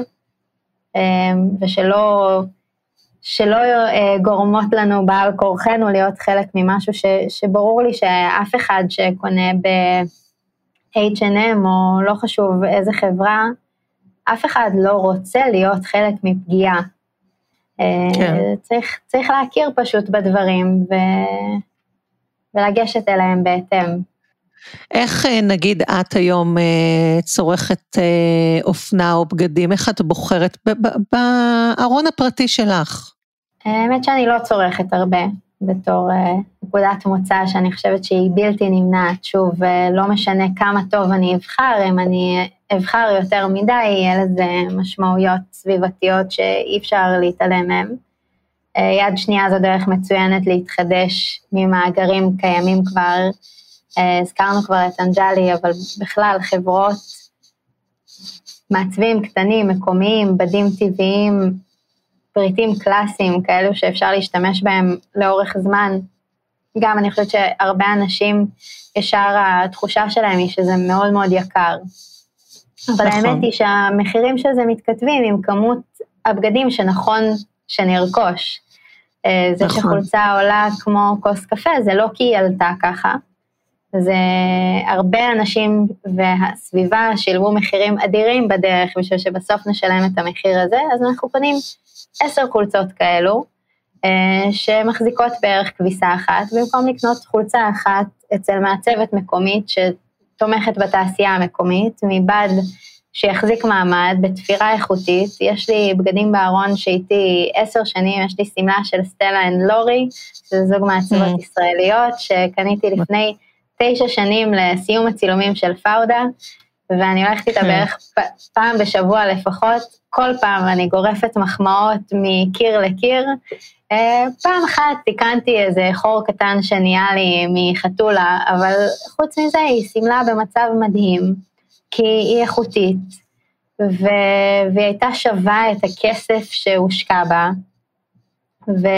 ושלא שלא גורמות לנו בעל כורחנו להיות חלק ממשהו ש, שברור לי שאף אחד שקונה ב-אייץ' אנד אם או לא חשוב איזה חברה, אף אחד לא רוצה להיות חלק מפגיעה. כן. צריך, צריך להכיר פשוט בדברים ו... ולגשת אליהם בהתאם. איך נגיד את היום צורכת אופנה או בגדים, איך את בוחרת בארון הפרטי שלך? האמת שאני לא צורכת הרבה, בתור נקודת מוצא שאני חושבת שהיא בלתי נמנעת, שוב, לא משנה כמה טוב אני אבחר, אם אני אבחר יותר מדי, יהיה לזה משמעויות סביבתיות שאי אפשר להתעלם מהם. יד שנייה זו דרך מצוינת להתחדש ממאגרים קיימים כבר, הזכרנו כבר את אנג'לי, אבל בכלל חברות, מעצבים קטנים, מקומיים, בדים טבעיים, פריטים קלאסיים, כאלו שאפשר להשתמש בהם לאורך זמן. גם אני חושבת שהרבה אנשים, ישר התחושה שלהם היא שזה מאוד מאוד יקר. אבל נכון. האמת היא שהמחירים של זה מתכתבים עם כמות הבגדים שנכון שנרכוש. זה נכון. שחולצה עולה כמו כוס קפה, זה לא כי היא עלתה ככה. זה הרבה אנשים והסביבה שילמו מחירים אדירים בדרך, בשביל שבסוף נשלם את המחיר הזה, אז אנחנו קונים עשר חולצות כאלו, שמחזיקות בערך כביסה אחת, במקום לקנות חולצה אחת אצל מעצבת מקומית, שתומכת בתעשייה המקומית, מבד שיחזיק מעמד, בתפירה איכותית. יש לי בגדים בארון שהייתי עשר שנים, יש לי סמלה של סטלה אנד לורי, שזה זוג מעצבות ישראליות, שקניתי לפני תשע שנים לסיום הצילומים של פאודה, ואני הולכת איתה בערך פעם בשבוע לפחות, כל פעם אני גורפת מחמאות מקיר לקיר, פעם אחת תיקנתי איזה חור קטן שנהיה לי מחתולה, אבל חוץ מזה היא סמלה במצב מדהים, כי היא איכותית, ו... והיא הייתה שווה את הכסף שהושקע בה, ו...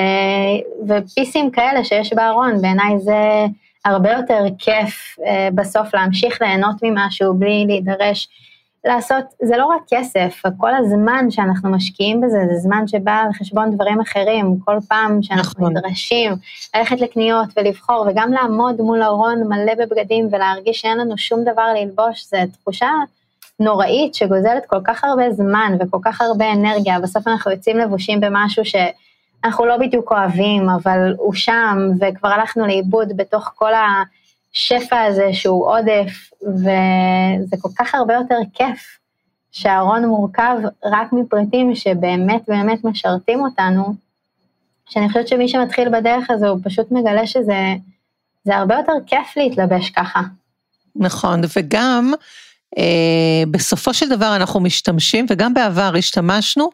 ופיסים כאלה שיש בארון, בעיניי זה הרבה יותר כיף בסוף להמשיך ליהנות ממשהו בלי להידרש, לעשות, זה לא רק כסף, כל הזמן שאנחנו משקיעים בזה, זה זמן שבא על חשבון דברים אחרים, כל פעם שאנחנו נדרשים, ללכת לקניות ולבחור, וגם לעמוד מול ארון מלא בבגדים, ולהרגיש שאין לנו שום דבר ללבוש, זה תחושה נוראית שגוזלת כל כך הרבה זמן, וכל כך הרבה אנרגיה, בסוף אנחנו יוצאים לבושים במשהו שאנחנו לא בדיוק אוהבים, אבל הוא שם, וכבר הלכנו לאיבוד בתוך כל ה... שפע הזה שהוא עודף, וזה כל כך הרבה יותר כיף, שהארון מורכב רק מפריטים שבאמת באמת משרתים אותנו, שאני חושבת שמי שמתחיל בדרך הזו, הוא פשוט מגלה שזה זה הרבה יותר כיף להתלבש ככה. נכון, וגם אה, בסופו של דבר אנחנו משתמשים, וגם בעבר השתמשנו,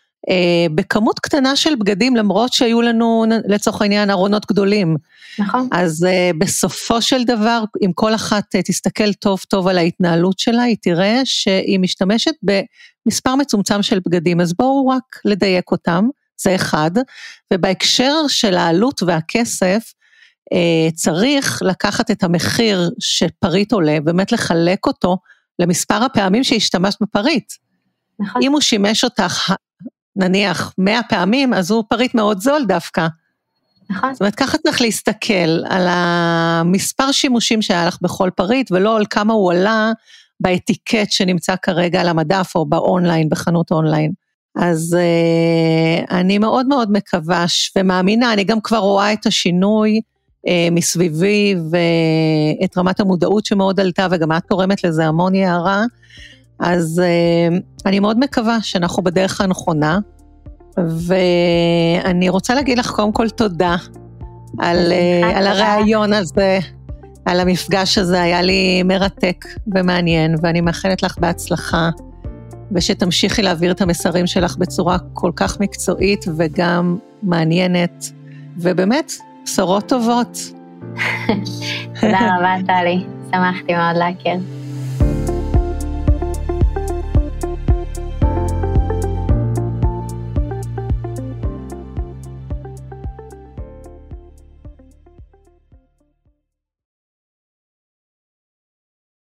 בכמות קטנה של בגדים, למרות שהיו לנו לצורך העניין ארונות גדולים. נכון. אז בסופו של דבר, אם כל אחת תסתכל טוב טוב על ההתנהלות שלה, היא תראה שהיא משתמשת במספר מצומצם של בגדים, אז בואו רק לדייק אותם, זה אחד, ובהקשר של העלות והכסף, צריך לקחת את המחיר שפריט עולה, באמת לחלק אותו למספר הפעמים שהשתמשת בפריט. נכון. אם הוא שימש אותך נניח מאה פעמים, אז הוא פריט מאוד זול דווקא. נכון. זאת אומרת, ככה צריך להסתכל על המספר שימושים שהיה לך בכל פריט, ולא על כמה הוא עלה באתיקט שנמצא כרגע על המדף, או באונליין, בחנות אונליין. אז uh, אני מאוד מאוד מקווה, ומאמינה, אני גם כבר רואה את השינוי uh, מסביבי, ואת רמת המודעות שמאוד עלתה, וגם את תורמת לזה המון יערה, אז uh, אני מאוד מקווה שאנחנו בדרך הנכונה, ואני רוצה להגיד לך קודם כל תודה על, uh, על הרעיון הזה, על המפגש הזה, היה לי מרתק ומעניין, ואני מאחלת לך בהצלחה, ושתמשיכי להעביר את המסרים שלך בצורה כל כך מקצועית וגם מעניינת, ובאמת, בשורות טובות. תודה רבה, טלי, שמחתי מאוד להכיר.